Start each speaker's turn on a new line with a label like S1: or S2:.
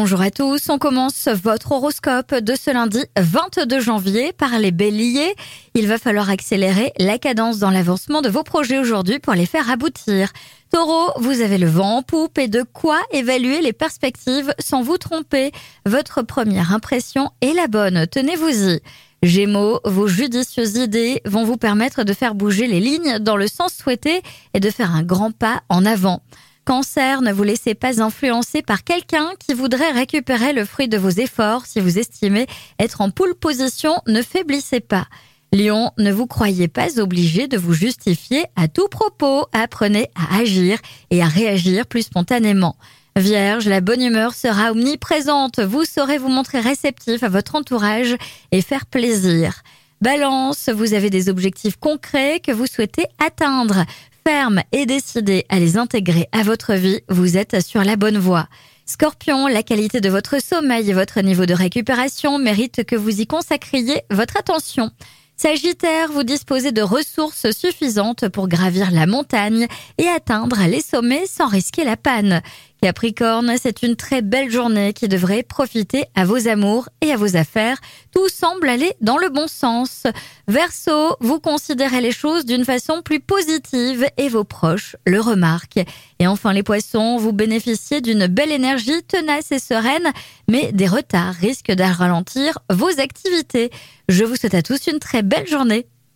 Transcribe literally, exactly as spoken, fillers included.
S1: Bonjour à tous, on commence votre horoscope de ce lundi vingt-deux janvier par les béliers. Il va falloir accélérer la cadence dans l'avancement de vos projets aujourd'hui pour les faire aboutir. Taureau, vous avez le vent en poupe et de quoi évaluer les perspectives sans vous tromper. Votre première impression est la bonne, tenez-vous-y. Gémeaux, vos judicieuses idées vont vous permettre de faire bouger les lignes dans le sens souhaité et de faire un grand pas en avant. Cancer, ne vous laissez pas influencer par quelqu'un qui voudrait récupérer le fruit de vos efforts. Si vous estimez être en pole position, ne faiblissez pas. Lion, ne vous croyez pas obligé de vous justifier à tout propos. Apprenez à agir et à réagir plus spontanément. Vierge, la bonne humeur sera omniprésente. Vous saurez vous montrer réceptif à votre entourage et faire plaisir. Balance, vous avez des objectifs concrets que vous souhaitez atteindre. Ferme et décidé à les intégrer à votre vie, vous êtes sur la bonne voie. Scorpion, la qualité de votre sommeil et votre niveau de récupération méritent que vous y consacriez votre attention. Sagittaire, vous disposez de ressources suffisantes pour gravir la montagne et atteindre les sommets sans risquer la panne. Capricorne, c'est une très belle journée qui devrait profiter à vos amours et à vos affaires. Tout semble aller dans le bon sens. Verseau, vous considérez les choses d'une façon plus positive et vos proches le remarquent. Et enfin les poissons, vous bénéficiez d'une belle énergie tenace et sereine, mais des retards risquent de ralentir vos activités. Je vous souhaite à tous une très belle journée.